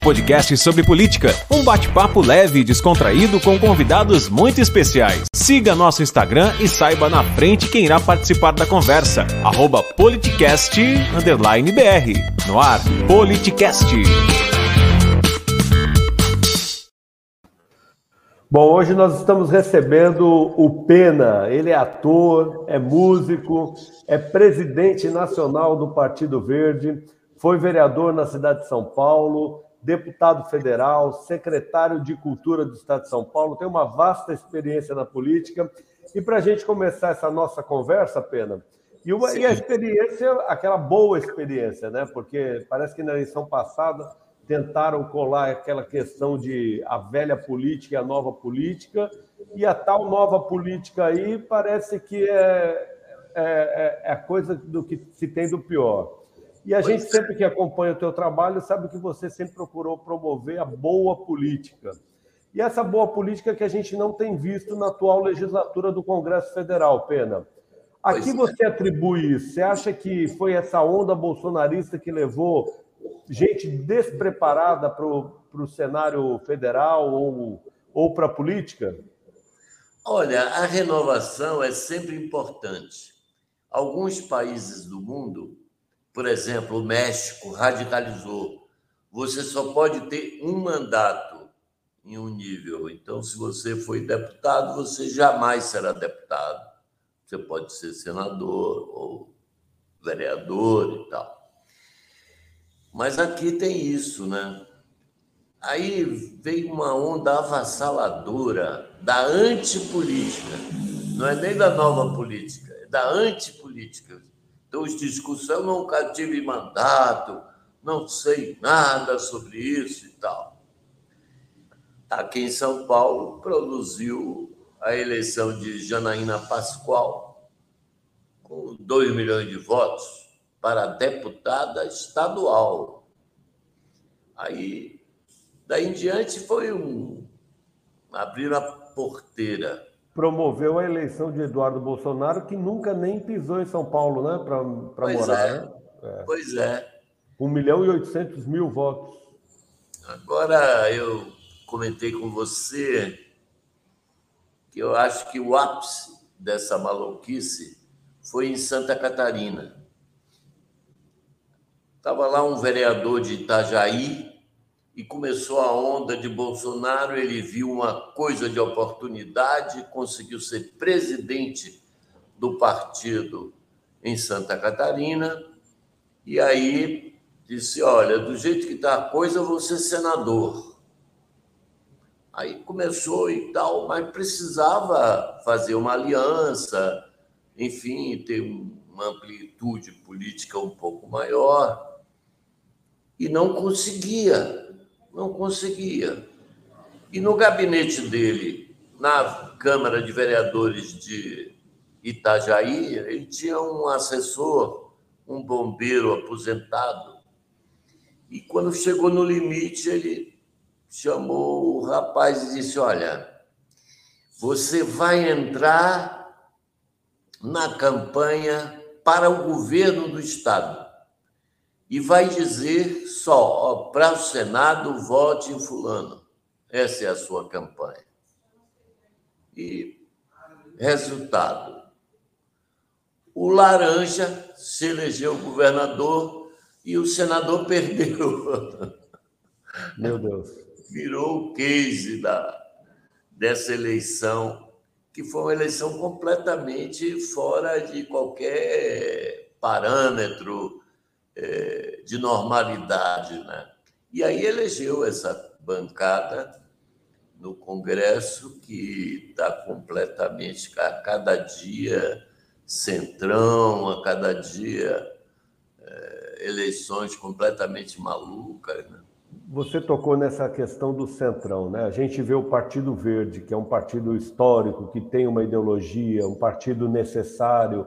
Podcast sobre política, um bate-papo leve e descontraído com convidados muito especiais. Siga nosso Instagram e saiba na frente quem irá participar da conversa. @politicast_br. No ar, Politicast. Bom, hoje nós estamos recebendo o Pena. Ele é ator, é músico, é presidente nacional do Partido Verde, foi vereador na cidade de São Paulo, deputado federal, secretário de Cultura do Estado de São Paulo, tem uma vasta experiência na política. E para a gente começar essa nossa conversa, Pena, e a experiência, aquela boa experiência, né? Porque parece que na eleição passada tentaram colar aquela questão de a velha política e a nova política, e a tal nova política aí parece que é a coisa do que se tem do pior. E a gente sempre que acompanha o teu trabalho sabe que você sempre procurou promover a boa política. E essa boa política que a gente não tem visto na atual legislatura do Congresso Federal, Pena. A que você atribui isso? Você acha que foi essa onda bolsonarista que levou gente despreparada para o cenário federal ou para a política? Olha, a renovação é sempre importante. Alguns países do mundo, por exemplo, o México radicalizou. Você só pode ter um mandato em um nível. Então, se você foi deputado, você jamais será deputado. Você pode ser senador ou vereador e tal. Mas aqui tem isso, né? Aí veio uma onda avassaladora da antipolítica. Não é nem da nova política, é da antipolítica. Então, os discursos, eu nunca tive mandato, não sei nada sobre isso e tal. Aqui em São Paulo, produziu a eleição de Janaína Pascoal, com 2 milhões de votos, para deputada estadual. Aí, daí em diante, foi abrir a porteira. Promoveu a eleição de Eduardo Bolsonaro, que nunca nem pisou em São Paulo, né, para morar. Pois é. 1.800.000 votos. Agora, eu comentei com você que eu acho que o ápice dessa maluquice foi em Santa Catarina. Estava lá um vereador de Itajaí e começou a onda de Bolsonaro, ele viu uma coisa de oportunidade, conseguiu ser presidente do partido em Santa Catarina, e aí disse, olha, do jeito que está a coisa, eu vou ser senador. Aí começou e tal, mas precisava fazer uma aliança, enfim, ter uma amplitude política um pouco maior, e não conseguia. E no gabinete dele, na Câmara de Vereadores de Itajaí, ele tinha um assessor, um bombeiro aposentado. E quando chegou no limite, ele chamou o rapaz e disse, olha, você vai entrar na campanha para o governo do Estado. E vai dizer só, para o Senado, vote em fulano. Essa é a sua campanha. E resultado, o laranja se elegeu governador e o senador perdeu. Meu Deus. Virou o case dessa eleição, que foi uma eleição completamente fora de qualquer parâmetro de normalidade, né? E aí elegeu essa bancada no Congresso que está completamente, a cada dia, centrão, a cada dia eleições completamente malucas, né? Você tocou nessa questão do centrão, né? A gente vê o Partido Verde, que é um partido histórico, que tem uma ideologia, um partido necessário,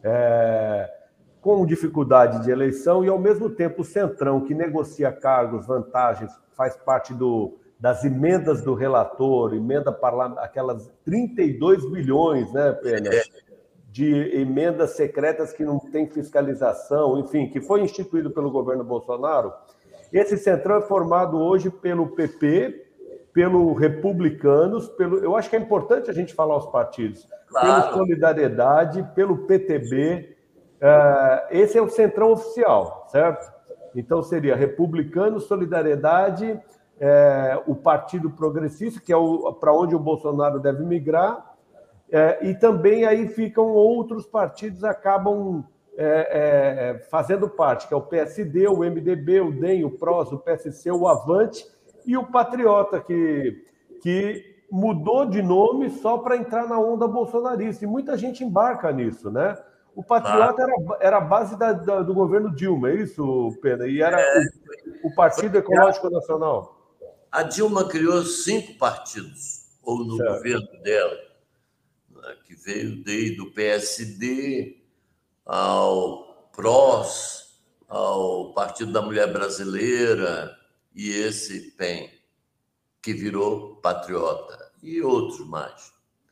com dificuldade de eleição, e, ao mesmo tempo, o Centrão, que negocia cargos, vantagens, faz parte das emendas do relator, emenda parlamentar, aquelas 32 bilhões, né, Pena, de emendas secretas que não tem fiscalização, enfim, que foi instituído pelo governo Bolsonaro. Esse centrão é formado hoje pelo PP, pelo Republicanos, eu acho que é importante a gente falar os partidos, Claro. pelo Solidariedade, pelo PTB. Esse é o centrão oficial, certo? Então seria Republicanos, Solidariedade, o Partido Progressista, que é para onde o Bolsonaro deve migrar, e também aí ficam outros partidos, acabam fazendo parte, que é o PSD, o MDB, o DEM, o PROS, o PSC, o Avante e o Patriota, que mudou de nome só para entrar na onda bolsonarista. E muita gente embarca nisso, né? O Patriota era a base do governo Dilma, é isso, Pena? E era o Partido Ecológico Nacional. A Dilma criou 5 partidos, ou no governo dela, que veio desde o PSD ao PROS, ao Partido da Mulher Brasileira e esse PEN, que virou Patriota, e outros mais.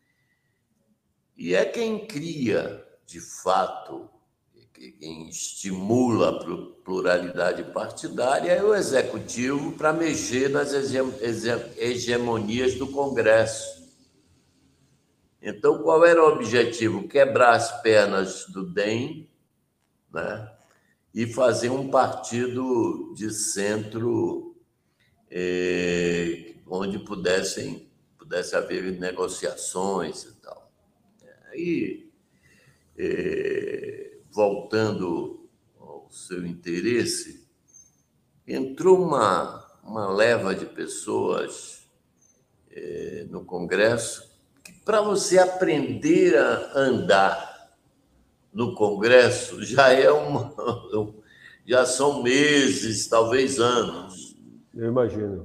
E é quem cria, de fato, quem estimula a pluralidade partidária é o Executivo para mexer nas hegemonias do Congresso. Então, qual era o objetivo? Quebrar as pernas do DEM, né? E fazer um partido de centro onde pudesse haver negociações e tal. Aí, voltando ao seu interesse, entrou uma leva de pessoas no Congresso que, para você aprender a andar no Congresso, já são meses, talvez anos. Eu imagino.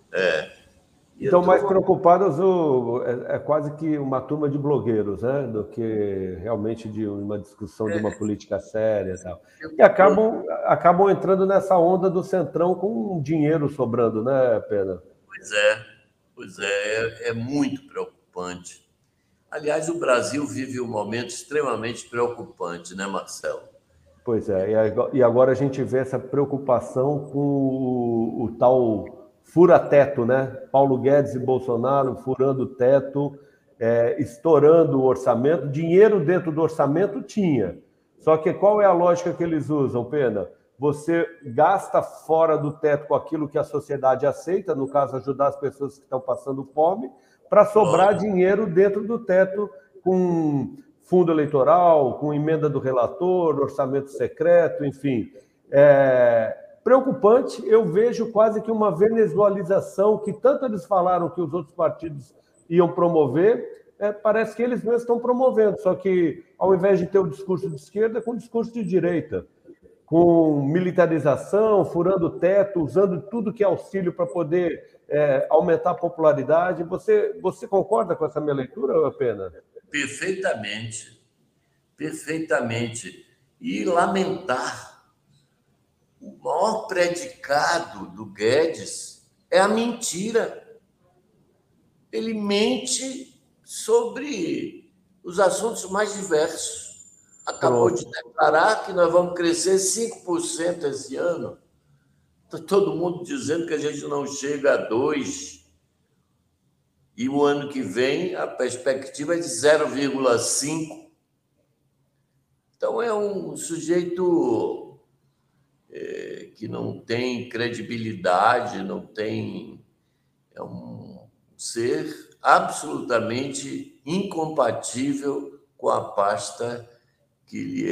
Então, mais preocupados é quase que uma turma de blogueiros, né? Do que realmente de uma discussão de uma política séria e tal. E acabam entrando nessa onda do centrão com dinheiro sobrando, né, Pena? Pois é muito preocupante. Aliás, o Brasil vive um momento extremamente preocupante, né, Marcelo? Pois é, e agora a gente vê essa preocupação com o tal fura-teto, né? Paulo Guedes e Bolsonaro furando o teto, estourando o orçamento. Dinheiro dentro do orçamento tinha. Só que qual é a lógica que eles usam, Pena? Você gasta fora do teto com aquilo que a sociedade aceita, no caso, ajudar as pessoas que estão passando fome, para sobrar dinheiro dentro do teto com fundo eleitoral, com emenda do relator, orçamento secreto, enfim. Preocupante, eu vejo quase que uma venezualização que tanto eles falaram que os outros partidos iam promover, parece que eles mesmos estão promovendo, só que ao invés de ter o discurso de esquerda, com o discurso de direita, com militarização, furando o teto, usando tudo que é auxílio para poder aumentar a popularidade. Você concorda com essa minha leitura, Pena? Perfeitamente. Perfeitamente. E lamentar. O maior predicado do Guedes é a mentira. Ele mente sobre os assuntos mais diversos. Acabou de declarar que nós vamos crescer 5% esse ano. Está todo mundo dizendo que a gente não chega a 2%. E o ano que vem a perspectiva é de 0,5%. Então é um sujeito que não tem credibilidade, não tem... É um ser absolutamente incompatível com a pasta que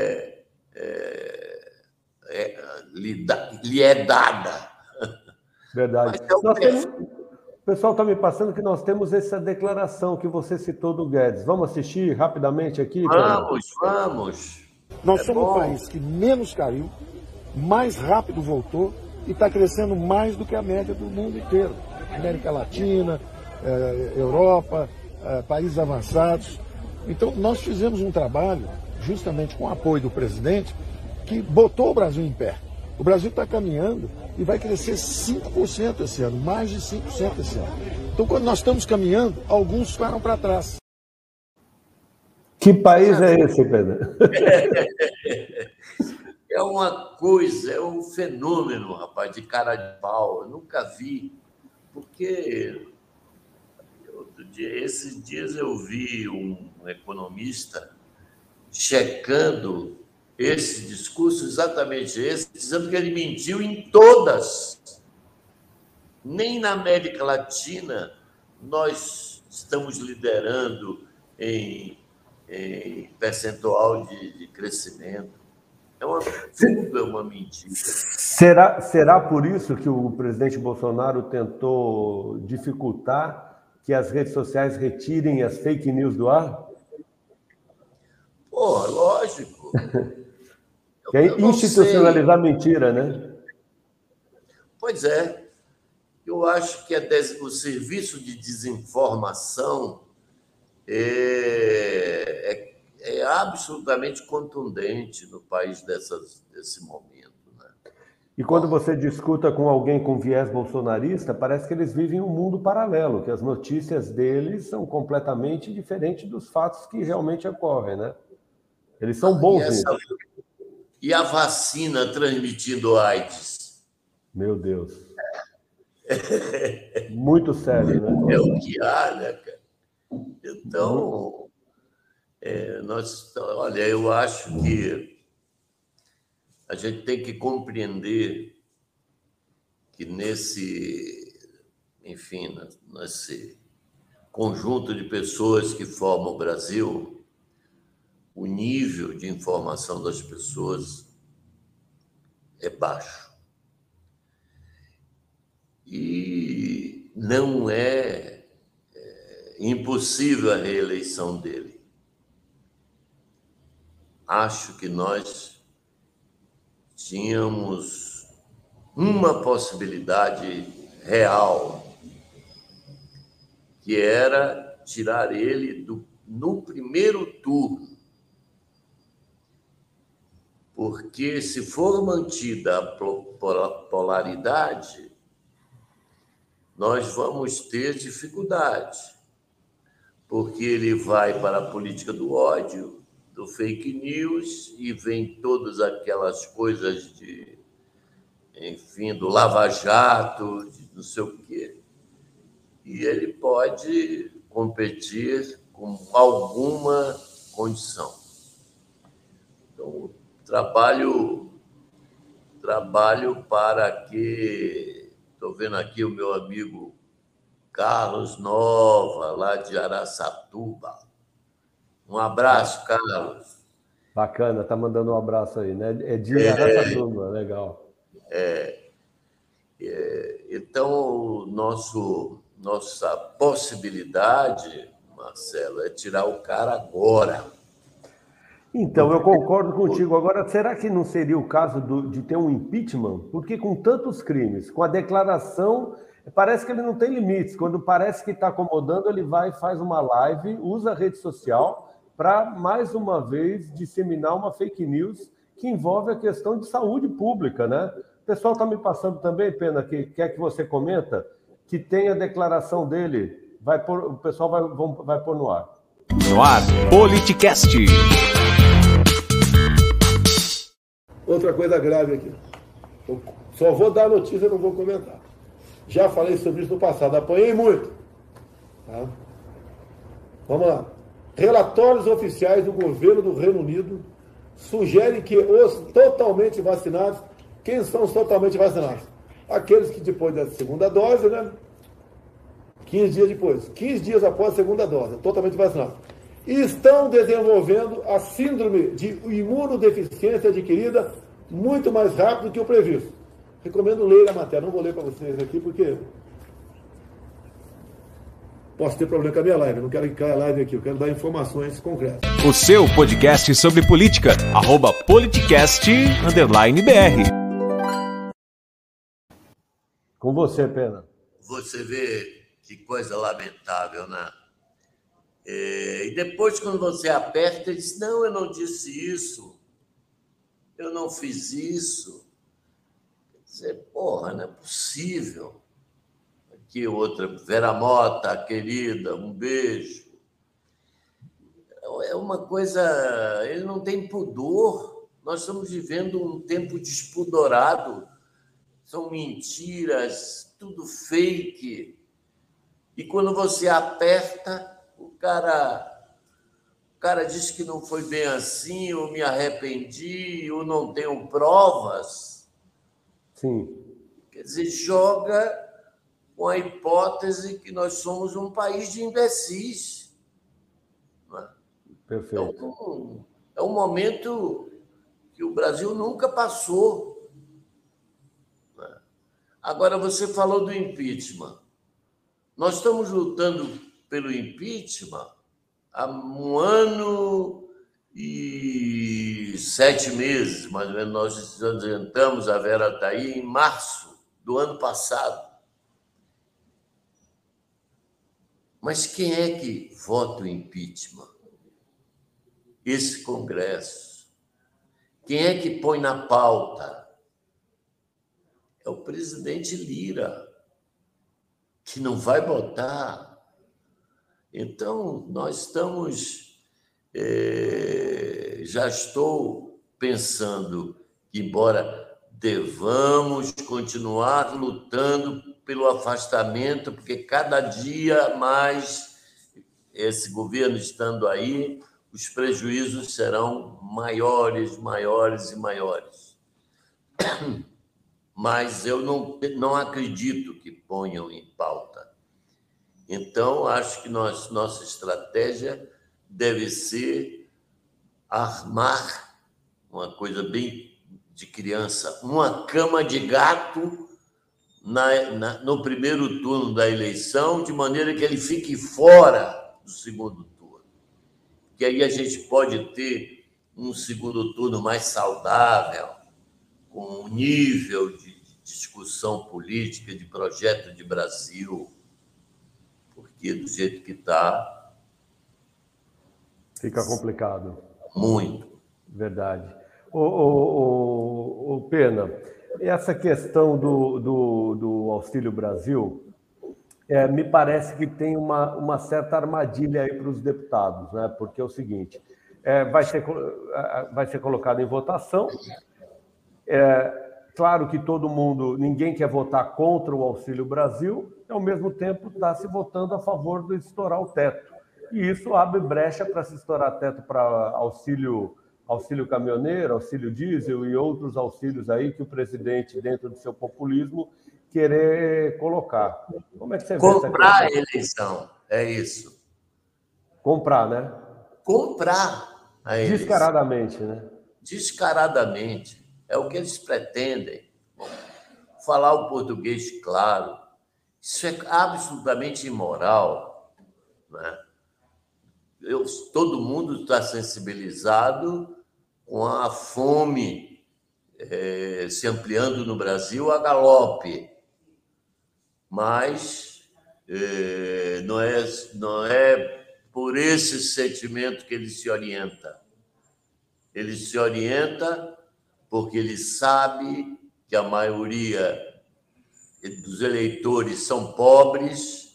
lhe é dada. Verdade. O pessoal está me passando que nós temos essa declaração que você citou do Guedes. Vamos assistir rapidamente aqui? Vamos. Nós somos o país que menos caiu, mais rápido voltou e está crescendo mais do que a média do mundo inteiro. América Latina, Europa, países avançados. Então, nós fizemos um trabalho, justamente com o apoio do presidente, que botou o Brasil em pé. O Brasil está caminhando e vai crescer 5% esse ano, mais de 5% esse ano. Então, quando nós estamos caminhando, alguns param para trás. Que país é esse, Pedro? É uma coisa, é um fenômeno, rapaz, de cara de pau. Eu nunca vi. Porque esses dias eu vi um economista checando esse discurso, exatamente esse, dizendo que ele mentiu em todas. Nem na América Latina nós estamos liderando em percentual de crescimento. Tudo é uma mentira. Será por isso que o presidente Bolsonaro tentou dificultar que as redes sociais retirem as fake news do ar? Pô, lógico. Que é institucionalizar mentira, né? Pois é. Eu acho que o serviço de desinformação é absolutamente contundente no país desse momento. Né? E quando você discuta com alguém com viés bolsonarista, parece que eles vivem um mundo paralelo, que as notícias deles são completamente diferentes dos fatos que realmente ocorrem, né? Eles são bons nisso. E a vacina transmitindo AIDS? Meu Deus. Muito sério, né? É o que há, né, cara? Então, olha, eu acho que a gente tem que compreender que nesse conjunto de pessoas que formam o Brasil, o nível de informação das pessoas é baixo. E não é impossível a reeleição dele. Acho que nós tínhamos uma possibilidade real, que era tirar ele no primeiro turno. Porque se for mantida a polaridade, nós vamos ter dificuldade, porque ele vai para a política do ódio, do fake news, e vem todas aquelas coisas do lava-jato, de não sei o quê. E ele pode competir com alguma condição. Então, trabalho para que... Estou vendo aqui o meu amigo Carlos Nova, lá de Araçatuba. Um abraço, Carlos. Bacana, está mandando um abraço aí, né? É de Araçatuba, legal. Então, nossa possibilidade, Marcelo, é tirar o cara agora. Então, eu concordo contigo. Agora, será que não seria o caso de ter um impeachment? Porque com tantos crimes, com a declaração, parece que ele não tem limites. Quando parece que está acomodando, ele vai e faz uma live, usa a rede social para, mais uma vez, disseminar uma fake news que envolve a questão de saúde pública, né? O pessoal está me passando também, Pena, que quer que você comenta, que tem a declaração dele. O pessoal vai pôr no ar. No ar, Politicast. Outra coisa grave aqui. Eu só vou dar a notícia, não vou comentar. Já falei sobre isso no passado, apanhei muito. Tá? Vamos lá. Relatórios oficiais do governo do Reino Unido sugerem que os totalmente vacinados, quem são os totalmente vacinados? Aqueles que depois da segunda dose, né? 15 dias depois, 15 dias após a segunda dose, totalmente vacinados. E estão desenvolvendo a síndrome de imunodeficiência adquirida muito mais rápido que o previsto. Recomendo ler a matéria, não vou ler para vocês aqui, porque posso ter problema com a minha live, não quero que caia a live aqui, eu quero dar informações concretas. O seu podcast sobre política, @politicast_BR. Com você, Pena. Você vê que coisa lamentável, né? E depois, quando você aperta, ele diz, não, eu não disse isso, eu não fiz isso. Quer dizer, porra, não é possível. Aqui outra, Vera Mota, querida, um beijo. É uma coisa, ele não tem pudor. Nós estamos vivendo um tempo despudorado, são mentiras, tudo fake. E quando você aperta, o cara diz que não foi bem assim, ou me arrependi, ou não tenho provas. Sim. Quer dizer, joga com a hipótese que nós somos um país de imbecis. Perfeito. É um momento que o Brasil nunca passou. Agora, você falou do impeachment. Nós estamos lutando pelo impeachment há 1 ano e 7 meses, mais ou menos. Nós adiantamos, a Vera está aí, em março do ano passado. Mas quem é que vota o impeachment? Esse Congresso. Quem é que põe na pauta? É o presidente Lira, que não vai botar. Então, nós estamos... já estou pensando que, embora devamos continuar lutando pelo afastamento, porque cada dia mais, esse governo estando aí, os prejuízos serão maiores, maiores e maiores. Mas eu não acredito que ponham em pauta. Então, acho que nossa estratégia deve ser armar uma coisa bem de criança, uma cama de gato no primeiro turno da eleição, de maneira que ele fique fora do segundo turno. Que aí a gente pode ter um segundo turno mais saudável, com um nível de discussão política, de projeto de Brasil, porque do jeito que está... Fica complicado. Muito. Verdade. O Pena, essa questão do Auxílio Brasil, me parece que tem uma certa armadilha aí para os deputados, né? Porque é o seguinte, vai ser colocado em votação, claro que ninguém quer votar contra o Auxílio Brasil, e ao mesmo tempo está se votando a favor de estourar o teto. E isso abre brecha para se estourar teto para auxílio caminhoneiro, auxílio diesel e outros auxílios aí que o presidente, dentro do seu populismo, querer colocar. Como é que você vê comprar a eleição, é isso. Comprar, né? Comprar a eleição. Descaradamente, né? Descaradamente. É o que eles pretendem. Falar o português claro. Isso é absolutamente imoral, né? Todo mundo está sensibilizado com a fome se ampliando no Brasil a galope. Mas não é por esse sentimento que ele se orienta. Ele se orienta porque ele sabe que a maioria dos eleitores são pobres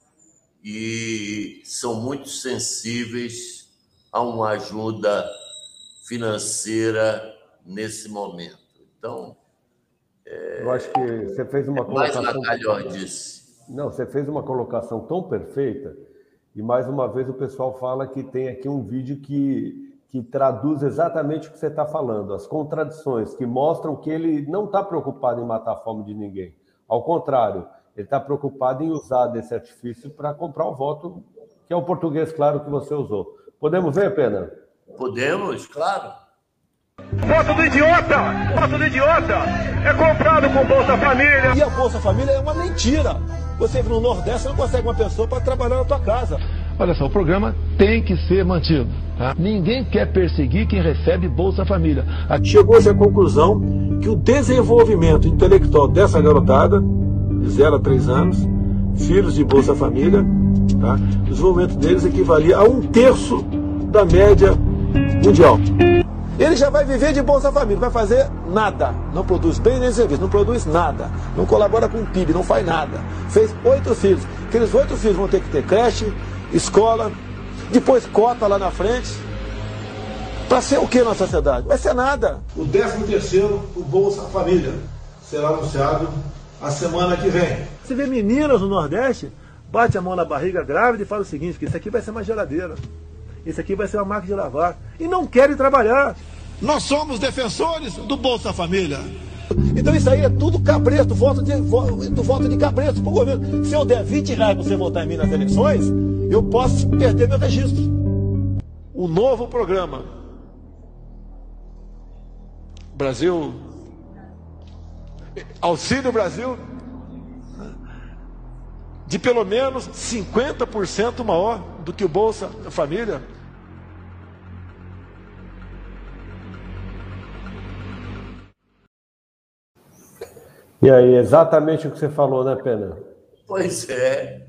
e são muito sensíveis a uma ajuda financeira nesse momento. Então, eu acho que você fez uma colocação... Mais Lacalhordice. Não, você fez uma colocação tão perfeita e, mais uma vez, o pessoal fala que tem aqui um vídeo que traduz exatamente o que você está falando, as contradições, que mostram que ele não está preocupado em matar a fome de ninguém. Ao contrário, ele está preocupado em usar desse artifício para comprar o voto, que é o português claro que você usou. Podemos ver, Pena? Podemos, claro. Voto do idiota! Voto do idiota! É comprado com Bolsa Família! E a Bolsa Família é uma mentira! Você no Nordeste não consegue uma pessoa para trabalhar na tua casa. Olha só, o programa tem que ser mantido. Tá? Ninguém quer perseguir quem recebe Bolsa Família. Chegou-se à conclusão que o desenvolvimento intelectual dessa garotada, de 0 a 3 anos, filhos de Bolsa Família, tá? O desenvolvimento deles equivalia a 1/3 da média mundial. Ele já vai viver de Bolsa Família, não vai fazer nada. Não produz bem nem serviço, não produz nada. Não colabora com o PIB, não faz nada. Fez 8 filhos. Aqueles 8 filhos vão ter que ter creche, escola, depois cota lá na frente. Para ser o que na sociedade? Vai ser nada. O 13º, o Bolsa Família, será anunciado a semana que vem. Você vê meninas no Nordeste, bate a mão na barriga grávida e fala o seguinte, que isso aqui vai ser uma geladeira, isso aqui vai ser uma máquina de lavar, e não querem trabalhar. Nós somos defensores do Bolsa Família. Então isso aí é tudo cabresto, voto de cabresto pro governo. Se eu der R$20 para você votar em mim nas eleições, eu posso perder meu registro. O novo programa Brasil, Auxílio Brasil, de pelo menos 50% maior do que o Bolsa Família. E aí, exatamente o que você falou, né, Pena? Pois é.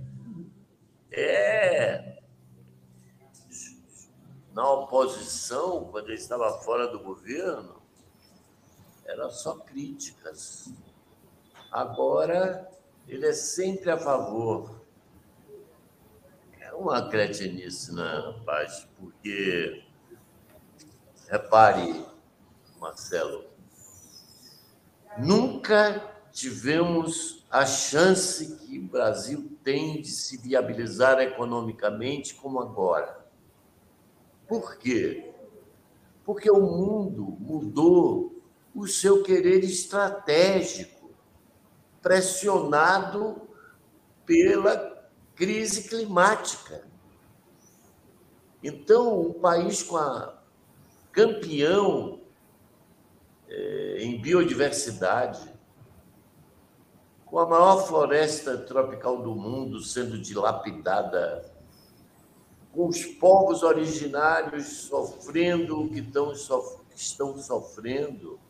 Na oposição, quando ele estava fora do governo, eram só críticas. Agora, ele é sempre a favor. É uma cretinice, né, rapaz? Porque, repare, Marcelo, nunca tivemos a chance que o Brasil tem de se viabilizar economicamente como agora. Por quê? Porque o mundo mudou o seu querer estratégico, pressionado pela crise climática. Então, um país campeão em biodiversidade, com a maior floresta tropical do mundo sendo dilapidada, com os povos originários sofrendo o que estão sofrendo.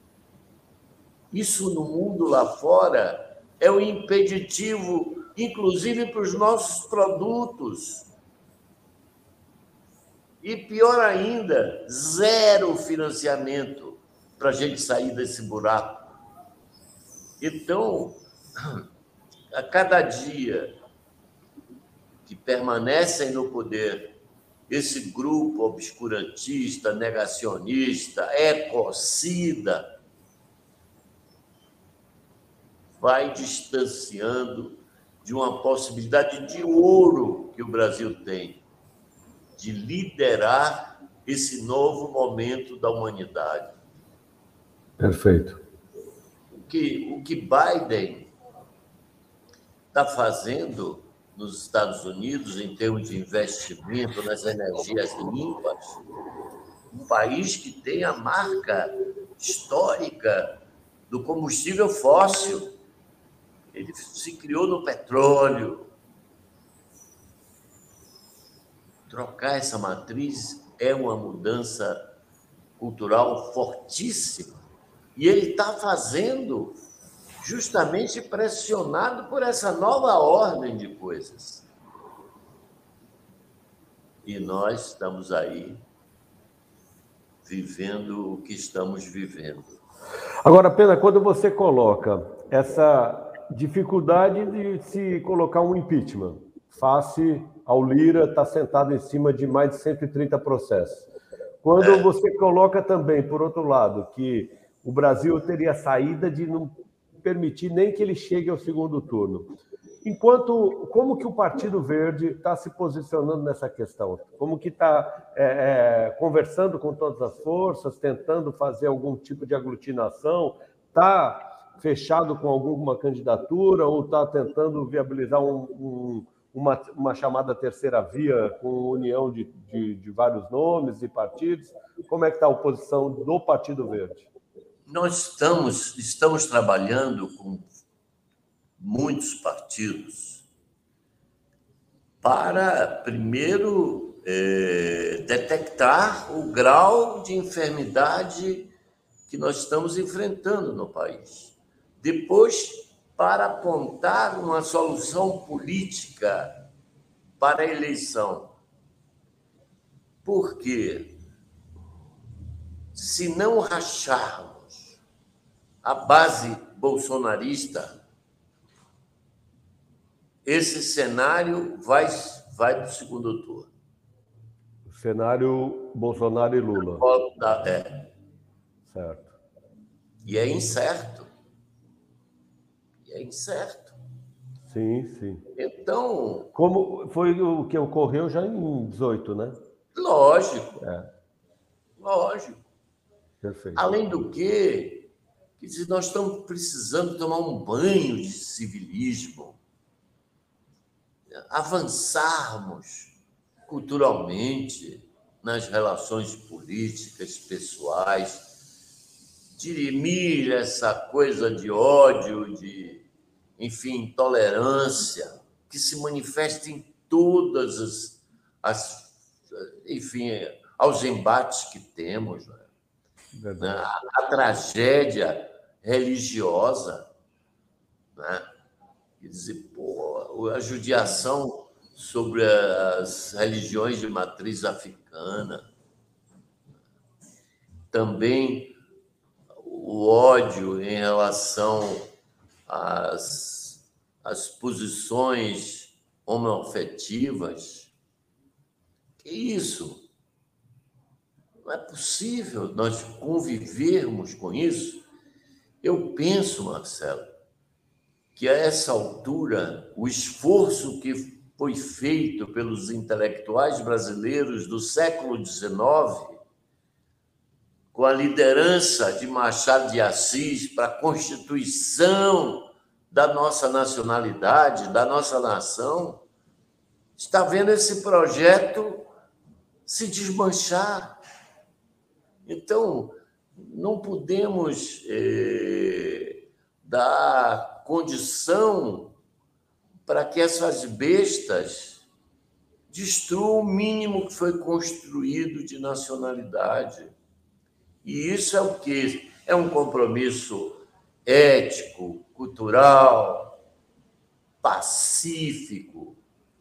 Isso no mundo lá fora é um impeditivo, inclusive para os nossos produtos. E pior ainda, zero financiamento para a gente sair desse buraco. Então, a cada dia que permanecem no poder esse grupo obscurantista, negacionista, ecocida, vai distanciando de uma possibilidade de ouro que o Brasil tem, de liderar esse novo momento da humanidade. Perfeito. O que Biden está fazendo nos Estados Unidos em termos de investimento nas energias limpas, um país que tem a marca histórica do combustível fóssil. Ele se criou no petróleo. Trocar essa matriz é uma mudança cultural fortíssima. E ele está fazendo justamente pressionado por essa nova ordem de coisas. E nós estamos aí vivendo o que estamos vivendo. Agora, Pena, quando você coloca essa dificuldade de se colocar um impeachment, face ao Lira estar sentado em cima de mais de 130 processos. Quando você coloca também, por outro lado, que o Brasil teria saída de não permitir nem que ele chegue ao segundo turno. Como que o Partido Verde está se posicionando nessa questão? Como que está conversando com todas as forças, tentando fazer algum tipo de aglutinação? Está fechado com alguma candidatura ou está tentando viabilizar uma chamada terceira via com união de vários nomes e partidos? Como é que está a oposição do Partido Verde? Nós estamos trabalhando com muitos partidos para, primeiro, detectar o grau de enfermidade que nós estamos enfrentando no país. Depois, para apontar uma solução política para a eleição. Por quê? Se não racharmos a base bolsonarista, esse cenário vai para o segundo turno. cenário Bolsonaro e Lula. Certo. E é incerto. É incerto. Sim, sim. Então... Como foi o que ocorreu já em 18, né? Lógico. Lógico. Perfeito. Além do que, nós estamos precisando tomar um banho de civilismo, avançarmos culturalmente nas relações políticas, pessoais, dirimir essa coisa de ódio, de, enfim, intolerância, que se manifesta em todas enfim, aos embates que temos, né? A tragédia religiosa, né? Quer dizer, a judiação sobre as religiões de matriz africana, também o ódio em relação às posições homoafetivas. Que isso? Não é possível nós convivermos com isso. Eu penso, Marcelo, que a essa altura o esforço que foi feito pelos intelectuais brasileiros do século XIX, com a liderança de Machado de Assis para a constituição da nossa nacionalidade, da nossa nação, está vendo esse projeto se desmanchar. Então, não podemos dar condição para que essas bestas destruam o mínimo que foi construído de nacionalidade. E isso é o quê? É um compromisso ético, cultural, pacífico.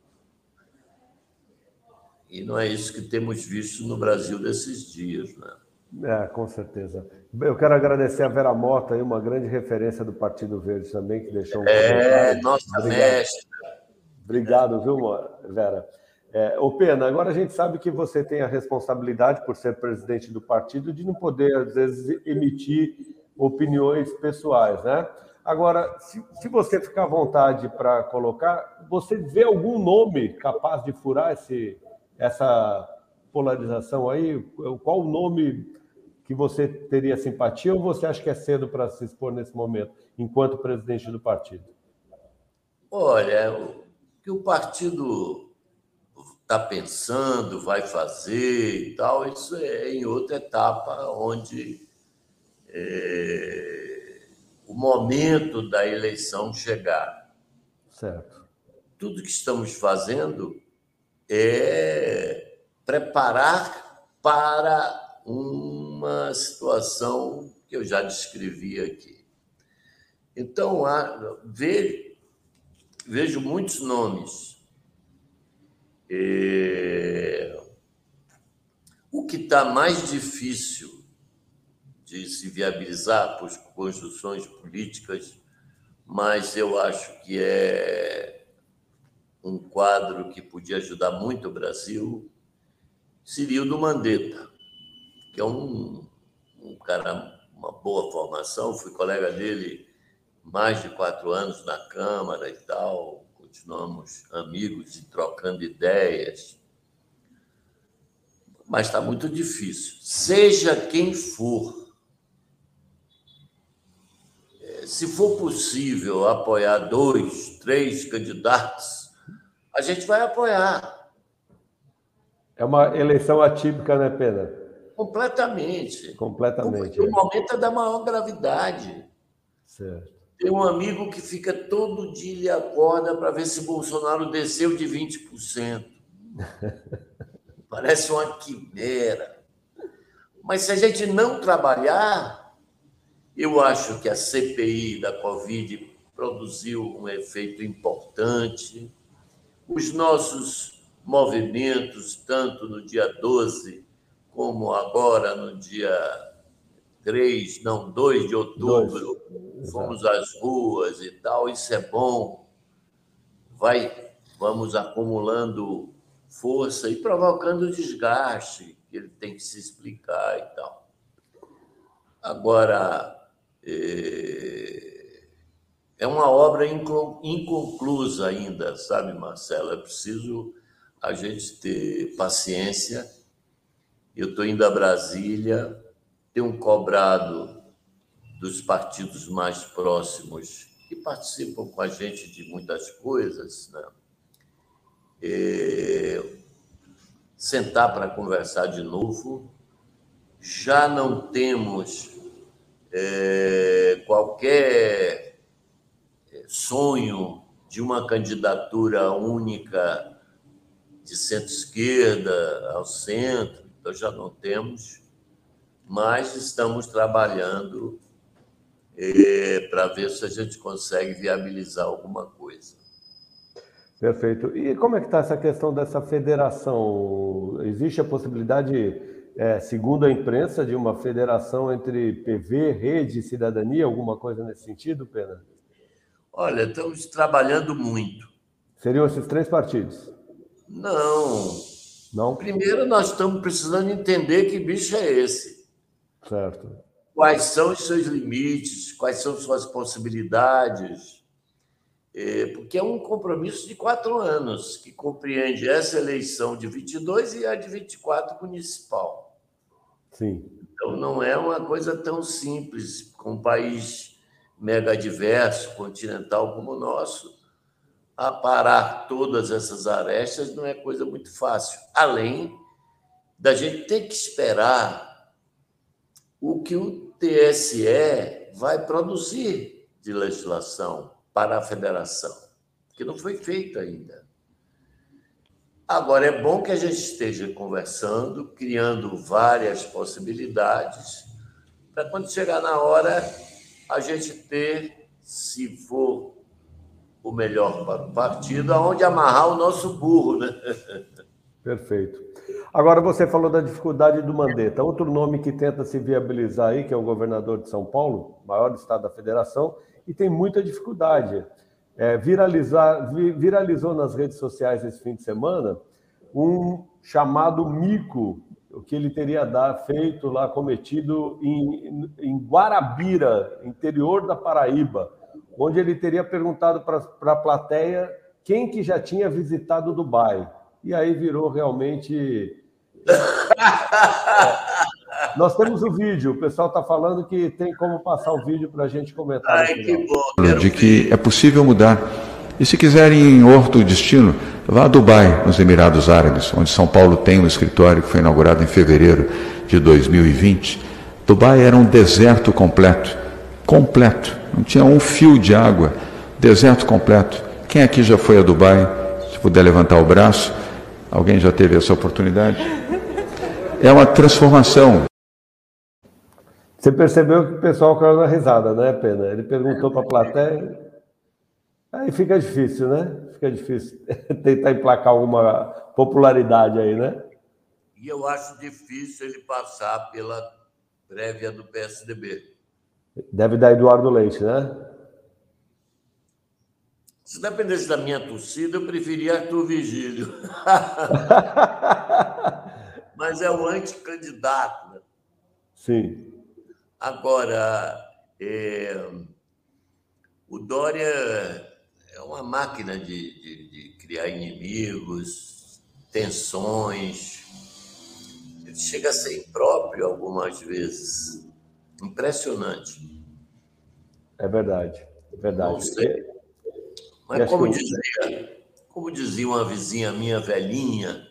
E não é isso que temos visto no Brasil desses dias, né? Com certeza. Eu quero agradecer a Vera Mota, aí, uma grande referência do Partido Verde também, que deixou um comentário. Nossa mestra. Obrigado, viu, Vera? Pena, agora a gente sabe que você tem a responsabilidade, por ser presidente do partido, de não poder, às vezes, emitir opiniões pessoais, né? Agora, se você ficar à vontade para colocar, você vê algum nome capaz de furar essa polarização aí? Qual o nome que você teria simpatia, ou você acha que é cedo para se expor nesse momento, enquanto presidente do partido? Olha, o que o partido está pensando, vai fazer e tal, isso é em outra etapa, onde o momento da eleição chegar. Certo. Tudo que estamos fazendo é preparar para uma situação que eu já descrevi aqui. Então, vejo muitos nomes. O que está mais difícil de se viabilizar por construções políticas, mas eu acho que é um quadro que podia ajudar muito o Brasil, seria o do Mandetta, que é um cara, uma boa formação. Fui colega dele mais de 4 anos na Câmara e tal, continuamos amigos e trocando ideias. Mas está muito difícil. Seja quem for, se for possível apoiar 2, 3 candidatos, a gente vai apoiar. É uma eleição atípica, né, Pena? Completamente. Completamente. Porque o momento é da maior gravidade. Certo. Tem um amigo que fica todo dia, ele acorda para ver se Bolsonaro desceu de 20%. Parece uma quimera. Mas se a gente não trabalhar, eu acho que a CPI da Covid produziu um efeito importante. Os nossos movimentos, tanto no dia 12, como agora no dia 2 de outubro, fomos às ruas e tal, isso é bom. Vamos acumulando força e provocando desgaste, que ele tem que se explicar e tal. Agora, é uma obra inconclusa ainda, sabe, Marcelo? É preciso a gente ter paciência. Eu estou indo a Brasília, tenho cobrado dos partidos mais próximos que participam com a gente de muitas coisas, né? Sentar para conversar de novo. Já não temos qualquer sonho de uma candidatura única de centro-esquerda ao centro, então já não temos, mas estamos trabalhando para ver se a gente consegue viabilizar alguma coisa. Perfeito. E como é que está essa questão dessa federação? Existe a possibilidade, segundo a imprensa, de uma federação entre PV, Rede e Cidadania? Alguma coisa nesse sentido, Pena? Olha, estamos trabalhando muito. Seriam esses 3 partidos? Não. Não? Primeiro, nós estamos precisando entender que bicho é esse. Certo. Quais são os seus limites, quais são suas possibilidades, porque é um compromisso de 4 anos, que compreende essa eleição de 22 e a de 24 municipal. Sim. Então, não é uma coisa tão simples, com um país mega diverso, continental como o nosso, aparar todas essas arestas não é coisa muito fácil, além da gente ter que esperar o que o TSE vai produzir de legislação para a federação, que não foi feito ainda. Agora, é bom que a gente esteja conversando, criando várias possibilidades, para quando chegar na hora, a gente ter, se for o melhor para o partido, aonde amarrar o nosso burro, né? Perfeito. Agora, você falou da dificuldade do Mandetta. Outro nome que tenta se viabilizar aí, que é o governador de São Paulo, maior estado da federação, e tem muita dificuldade. Viralizou nas redes sociais esse fim de semana um chamado mico, o que ele teria feito lá, cometido em Guarabira, interior da Paraíba, onde ele teria perguntado para a plateia quem que já tinha visitado Dubai. E aí virou realmente... Nós temos o vídeo, o pessoal está falando que tem como passar o vídeo para a gente comentar. Ai, que bom. De que é possível mudar. E se quiserem outro destino, vá a Dubai, nos Emirados Árabes, onde São Paulo tem um escritório que foi inaugurado em fevereiro de 2020. Dubai era um deserto completo, não tinha um fio de água, deserto completo. Quem aqui já foi a Dubai? Se puder levantar o braço, alguém já teve essa oportunidade? É uma transformação. Você percebeu que o pessoal caiu na risada, né, Pena? Ele perguntou para a plateia, aí fica difícil, né? Fica difícil tentar emplacar alguma popularidade aí, né? E eu acho difícil ele passar pela prévia do PSDB. Deve dar Eduardo Leite, né? Se dependesse da minha torcida, eu preferia Arthur Vigílio. Mas é o anticandidato, né? Sim. Agora, o Dória é uma máquina de criar inimigos, tensões. Ele chega a ser impróprio algumas vezes. Impressionante. É verdade, é verdade. Não sei. Mas como dizia uma vizinha minha velhinha,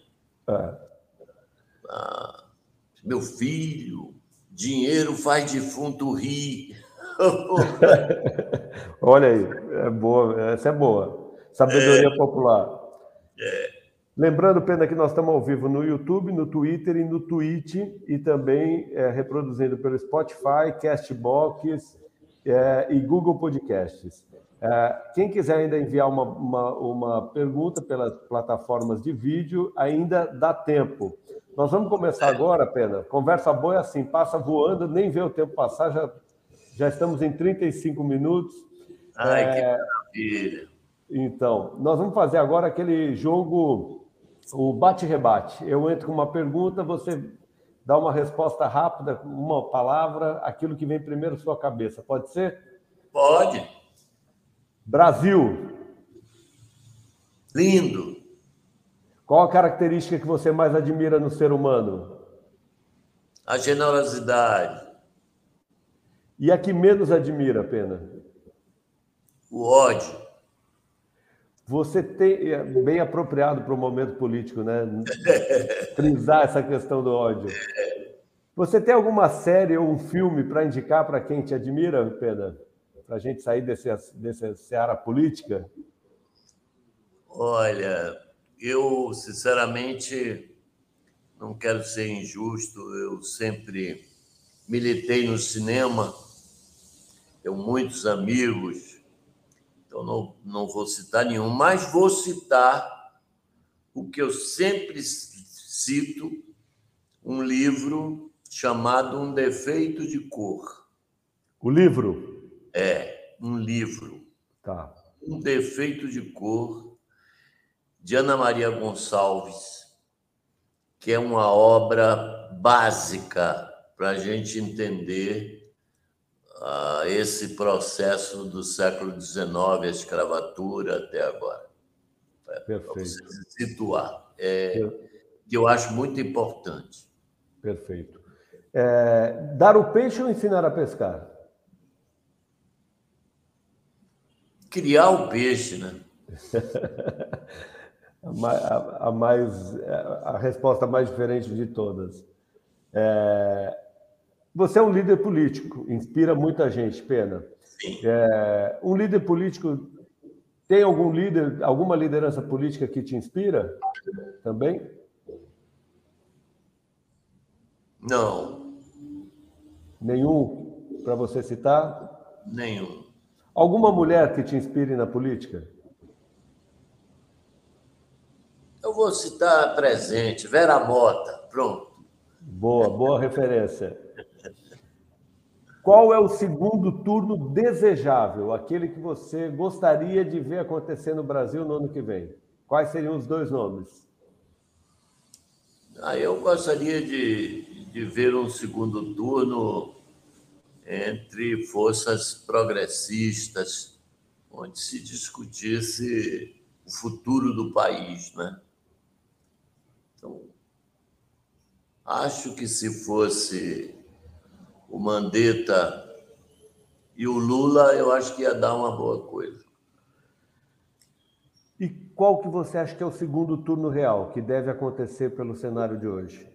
meu filho, dinheiro faz defunto rir. Olha aí, é boa, essa é boa. Sabedoria popular. Lembrando, Pena, que nós estamos ao vivo no YouTube, no Twitter e no Twitch, e também reproduzindo pelo Spotify, Castbox e Google Podcasts. Quem quiser ainda enviar uma pergunta pelas plataformas de vídeo, ainda dá tempo. Nós vamos começar agora, Pena. Conversa boa é assim, passa voando, nem vê o tempo passar, já estamos em 35 minutos. Ai, que maravilha. Então, nós vamos fazer agora aquele jogo O bate-rebate. Eu entro com uma pergunta, você dá uma resposta rápida, uma palavra, aquilo que vem primeiro à sua cabeça. Pode ser? Pode. Brasil. Lindo. Qual a característica que você mais admira no ser humano? A generosidade. E a que menos admira, Pena? O ódio. Você tem... É bem apropriado para o momento político, né? Frisar essa questão do ódio. Você tem alguma série ou um filme para indicar para quem te admira, Pena? Para a gente sair dessa seara política? Olha, eu, sinceramente, não quero ser injusto, eu sempre militei no cinema, tenho muitos amigos, então não vou citar nenhum, mas vou citar o que eu sempre cito, um livro chamado Um Defeito de Cor. O livro? É, um livro. Tá. Um Defeito de Cor, de Ana Maria Gonçalves, que é uma obra básica para a gente entender esse processo do século XIX, a escravatura até agora. Para você se situar. Que eu acho muito importante. Perfeito. Dar o peixe ou ensinar a pescar? Criar o peixe, né? A resposta mais diferente de todas. Você é um líder político, inspira muita gente, Pena. Sim. Um líder político, tem alguma liderança política que te inspira também? Não. Nenhum para você citar? Nenhum. Alguma mulher que te inspire na política? Eu vou citar a presente, Vera Mota, pronto. Boa referência. Qual é o segundo turno desejável, aquele que você gostaria de ver acontecer no Brasil no ano que vem? Quais seriam os dois nomes? Eu gostaria de ver um segundo turno entre forças progressistas, onde se discutisse o futuro do país, né? Então, acho que se fosse o Mandetta e o Lula, eu acho que ia dar uma boa coisa. E qual que você acha que é o segundo turno real, que deve acontecer pelo cenário de hoje?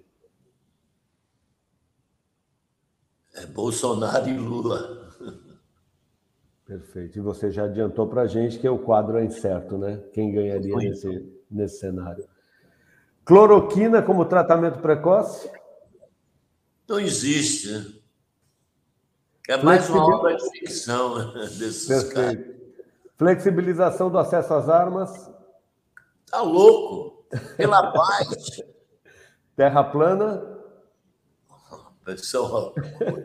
Bolsonaro e Lula. Perfeito. E você já adiantou para a gente que o quadro é incerto, né? Quem ganharia nesse cenário? Cloroquina como tratamento precoce? Não existe, né? É mais uma obra de ficção desses caras. Flexibilização do acesso às armas? Tá louco? Pela paz. Terra plana? Pessoal,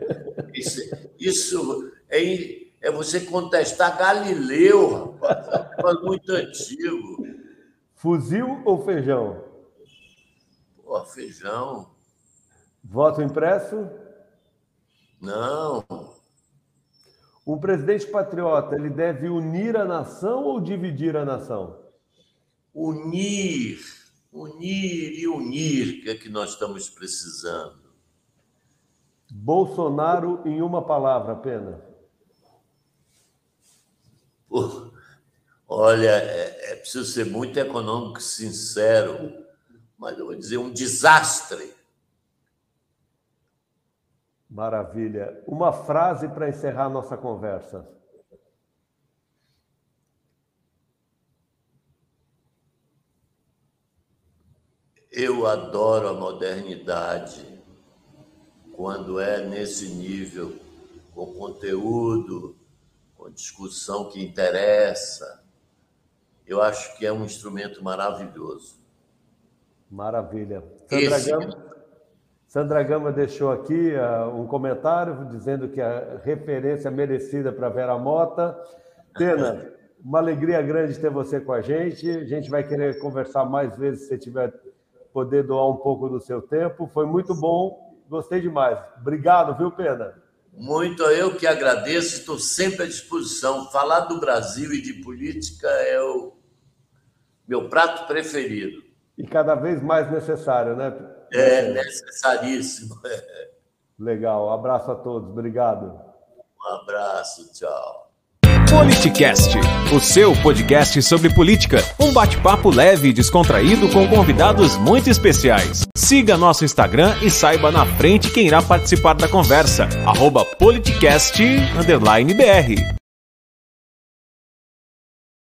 isso é você contestar Galileu, rapaz. É muito antigo. Fuzil ou feijão? Pô, feijão. Voto impresso? Não. Um presidente patriota, ele deve unir a nação ou dividir a nação? Unir e unir, que é que nós estamos precisando. Bolsonaro em uma palavra apenas. Pô, olha, é preciso ser muito econômico e sincero, mas eu vou dizer um desastre. Maravilha. Uma frase para encerrar nossa conversa. Eu adoro a modernidade quando é nesse nível, com conteúdo, com discussão que interessa. Eu acho que é um instrumento maravilhoso. Maravilha. Sandra Gama deixou aqui um comentário dizendo que a referência merecida para Vera Mota. Pena, Uma alegria grande ter você com a gente. A gente vai querer conversar mais vezes se você tiver poder doar um pouco do seu tempo. Foi muito bom, gostei demais. Obrigado, viu, Pena? Muito, eu que agradeço, estou sempre à disposição. Falar do Brasil e de política é o meu prato preferido. E cada vez mais necessário, né? É necessaríssimo. Legal, abraço a todos, obrigado. Um abraço, tchau. Politicast, o seu podcast sobre política. Um bate-papo leve e descontraído com convidados muito especiais. Siga nosso Instagram e saiba na frente quem irá participar da conversa. @politicast_br